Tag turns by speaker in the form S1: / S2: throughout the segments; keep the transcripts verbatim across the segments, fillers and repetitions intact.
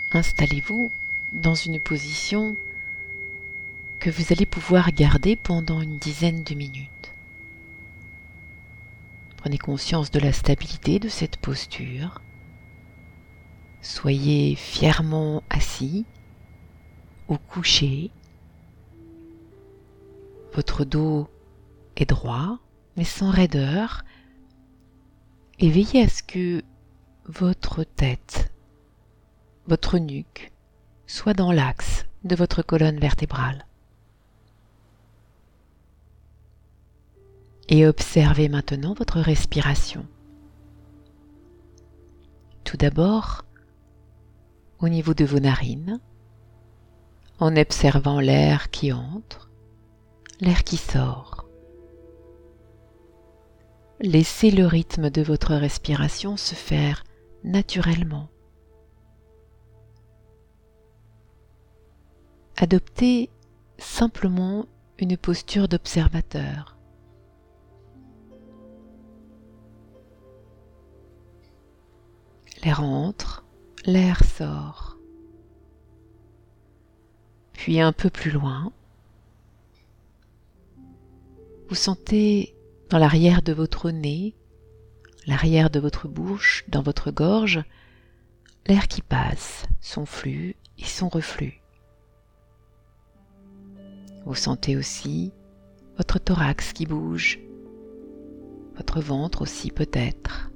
S1: Installez-vous dans une position que vous allez pouvoir garder pendant une dizaine de minutes. Prenez conscience de la stabilité de cette posture. Soyez fièrement assis ou couché. Votre dos est droit, mais sans raideur. Et veillez à ce que votre tête, votre nuque, soit dans l'axe de votre colonne vertébrale. Et observez maintenant votre respiration. Tout d'abord, au niveau de vos narines, en observant l'air qui entre, l'air qui sort. Laissez le rythme de votre respiration se faire naturellement. Adoptez simplement une posture d'observateur. L'air entre, l'air sort. Puis un peu plus loin, vous sentez dans l'arrière de votre nez, l'arrière de votre bouche, dans votre gorge, l'air qui passe, son flux et son reflux. Vous sentez aussi votre thorax qui bouge, votre ventre aussi peut-être.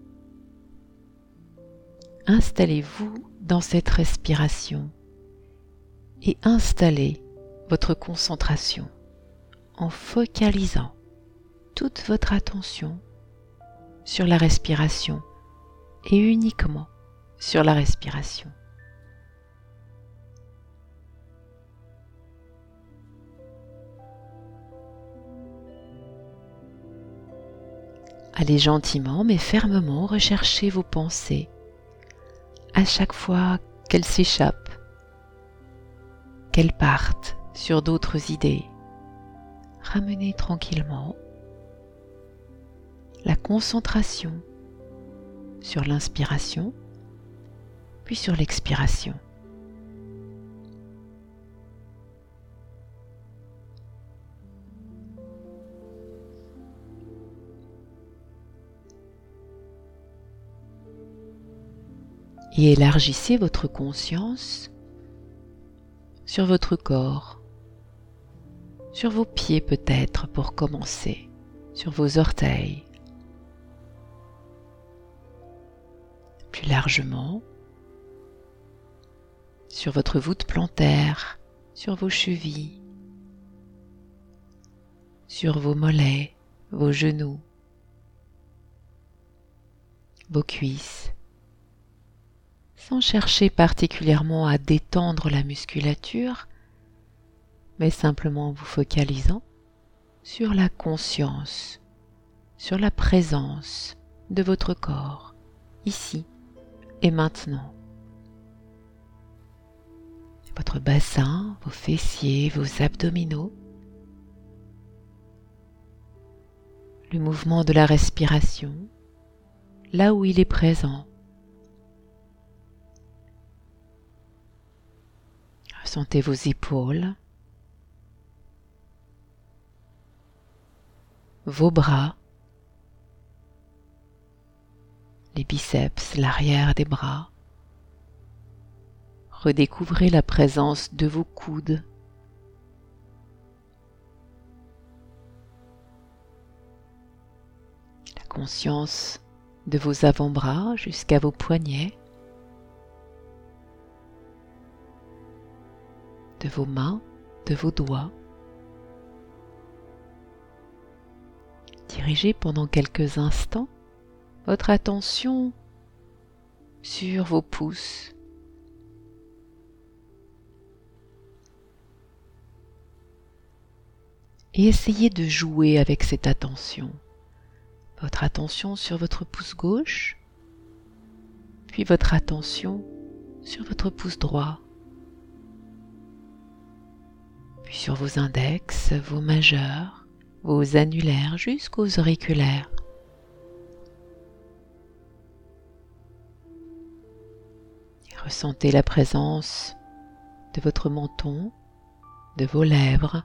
S1: Installez-vous dans cette respiration et installez votre concentration en focalisant toute votre attention sur la respiration et uniquement sur la respiration. Allez gentiment mais fermement rechercher vos pensées à chaque fois qu'elles s'échappent, qu'elles partent sur d'autres idées. Ramenez tranquillement la concentration sur l'inspiration, puis sur l'expiration. Et élargissez votre conscience sur votre corps, sur vos pieds peut-être pour commencer, sur vos orteils. Plus largement, sur votre voûte plantaire, sur vos chevilles, sur vos mollets, vos genoux, vos cuisses, sans chercher particulièrement à détendre la musculature, mais simplement en vous focalisant sur la conscience, sur la présence de votre corps, ici et maintenant. Votre bassin, vos fessiers, vos abdominaux, le mouvement de la respiration, là où il est présent. Ressentez vos épaules, vos bras, les biceps, l'arrière des bras. Redécouvrez la présence de vos coudes. La conscience de vos avant-bras jusqu'à vos poignets. De vos mains, de vos doigts. Dirigez pendant quelques instants votre attention sur vos pouces. Et essayez de jouer avec cette attention. Votre attention sur votre pouce gauche, puis votre attention sur votre pouce droit. Puis sur vos index, vos majeurs, vos annulaires jusqu'aux auriculaires. Ressentez la présence de votre menton, de vos lèvres,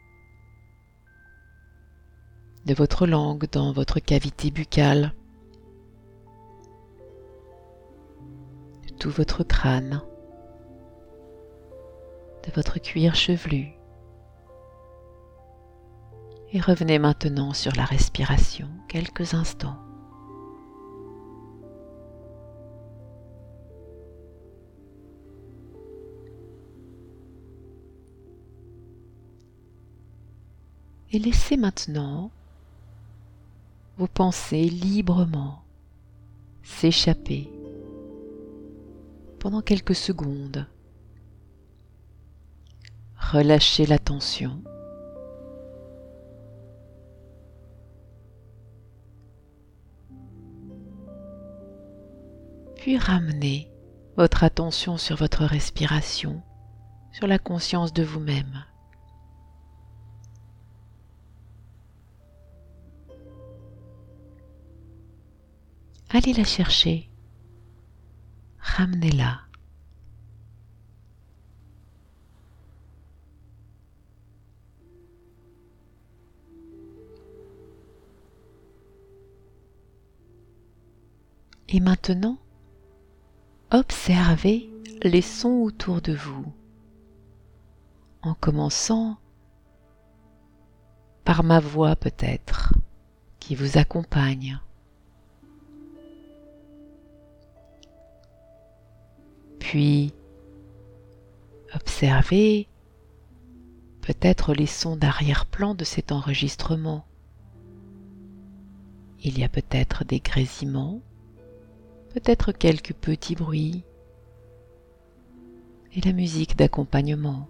S1: de votre langue dans votre cavité buccale, de tout votre crâne, de votre cuir chevelu. Et revenez maintenant sur la respiration quelques instants. Et laissez maintenant vos pensées librement s'échapper pendant quelques secondes. Relâchez la tension. Puis ramenez votre attention sur votre respiration, sur la conscience de vous-même. Allez la chercher, ramenez-la. Et maintenant, observez les sons autour de vous, en commençant par ma voix peut-être, qui vous accompagne. Puis, observez peut-être les sons d'arrière-plan de cet enregistrement. Il y a peut-être des grésillements, peut-être quelques petits bruits et la musique d'accompagnement.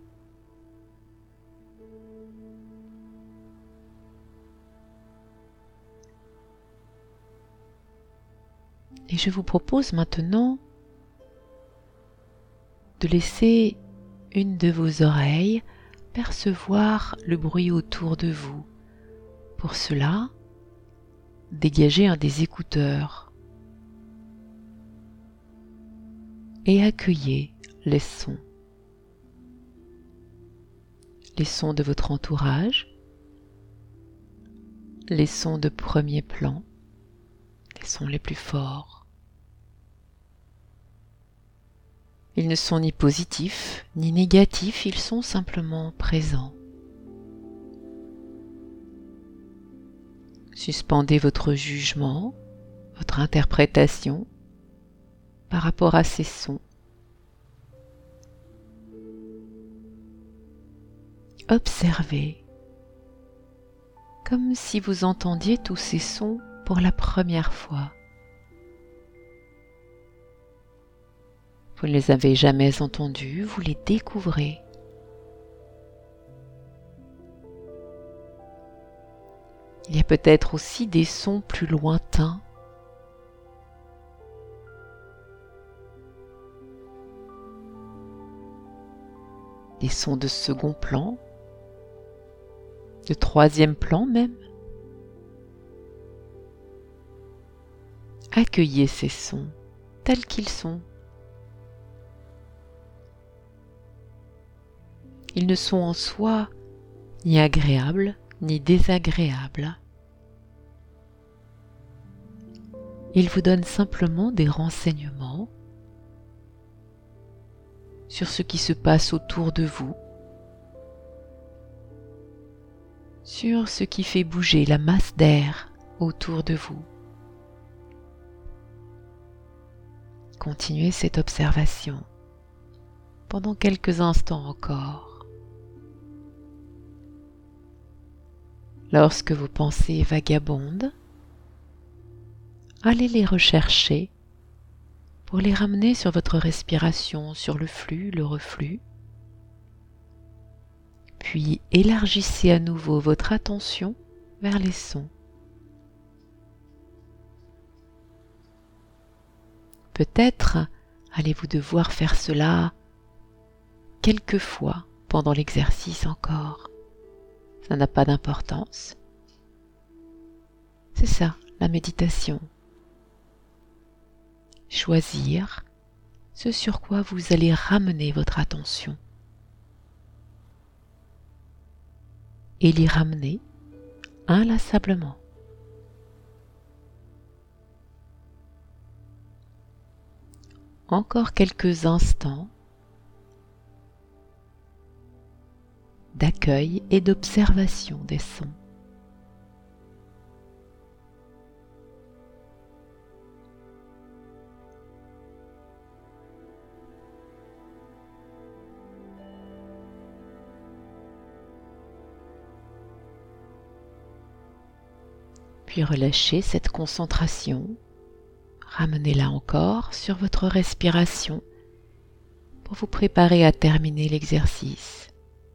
S1: Et je vous propose maintenant de laisser une de vos oreilles percevoir le bruit autour de vous. Pour cela, dégagez un des écouteurs et accueillez les sons. Les sons de votre entourage, les sons de premier plan, les sons les plus forts. Ils ne sont ni positifs ni négatifs, ils sont simplement présents. Suspendez votre jugement, votre interprétation par rapport à ces sons. Observez, comme si vous entendiez tous ces sons pour la première fois. Vous ne les avez jamais entendus, vous les découvrez. Il y a peut-être aussi des sons plus lointains. Des sons de second plan, de troisième plan même. Accueillez ces sons tels qu'ils sont. Ils ne sont en soi ni agréables ni désagréables. Ils vous donnent simplement des renseignements sur ce qui se passe autour de vous, sur ce qui fait bouger la masse d'air autour de vous. Continuez cette observation pendant quelques instants encore. Lorsque vos pensées vagabondent, allez les rechercher pour les ramener sur votre respiration, sur le flux, le reflux. Puis élargissez à nouveau votre attention vers les sons. Peut-être allez-vous devoir faire cela quelques fois pendant l'exercice encore. Ça n'a pas d'importance. C'est ça, la méditation. Choisir ce sur quoi vous allez ramener votre attention et l'y ramener inlassablement. Encore quelques instants d'accueil et d'observation des sons. Puis relâchez cette concentration, ramenez-la encore sur votre respiration pour vous préparer à terminer l'exercice,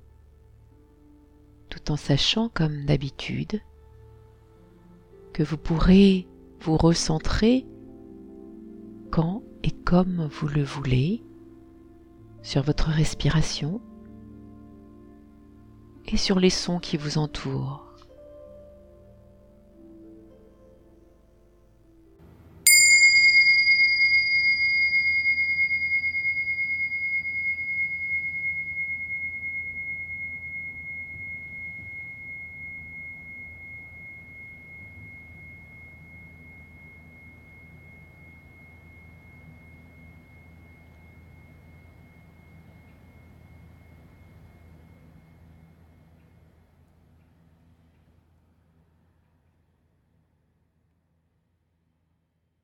S1: tout en sachant comme d'habitude que vous pourrez vous recentrer quand et comme vous le voulez sur votre respiration et sur les sons qui vous entourent.